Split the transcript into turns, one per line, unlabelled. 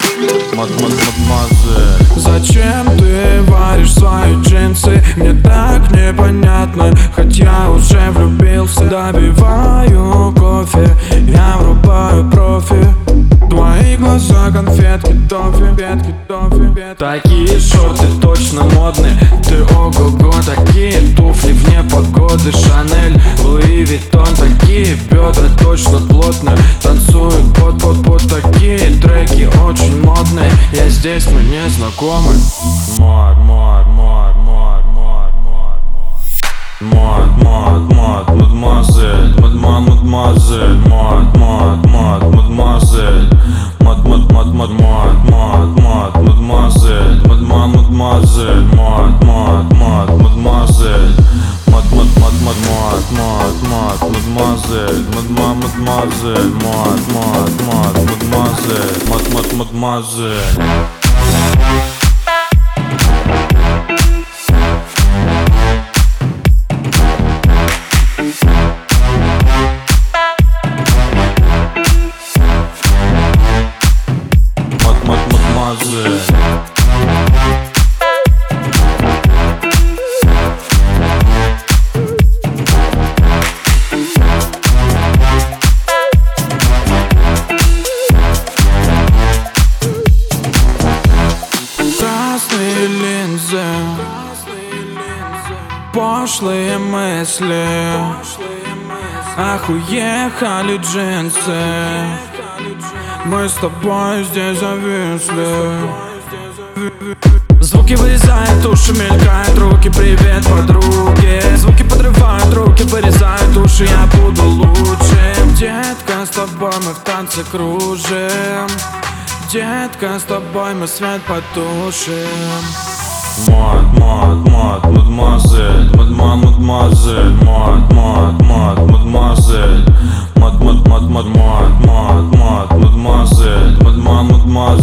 Мадемуазель.
Зачем ты варишь свои джинсы? Мне так непонятно, хоть я уже влюбился. Добиваю кофе, я врубаю профи. Твои глаза конфетки, тофи, ветки, тофи. Такие шорты точно модные. Ты ого-го, такие туфли вне погоды. Шанель, Луи Виттон, такие бедра точно плотные. Танцуют под такие треки очень модные. Я здесь, мы не знакомы.
Мадемуазель, мадемуазель, мадемуазель, мадемуазель, мадемуазель, мадемуазель.
Красные линзы, пошлые мысли. Ах, уехали джинсы. Мы с тобой здесь зависли. Звуки вырезают уши, мелькают руки. Привет, подруги. Звуки подрывают руки, вырезают уши. Я буду лучшим. Детка, с тобой мы в танце кружим. Детка, с тобой мы свет потушим.
Мадемуазель, мадемуазель, мадемуазель, мадемуазель, мадемуазель.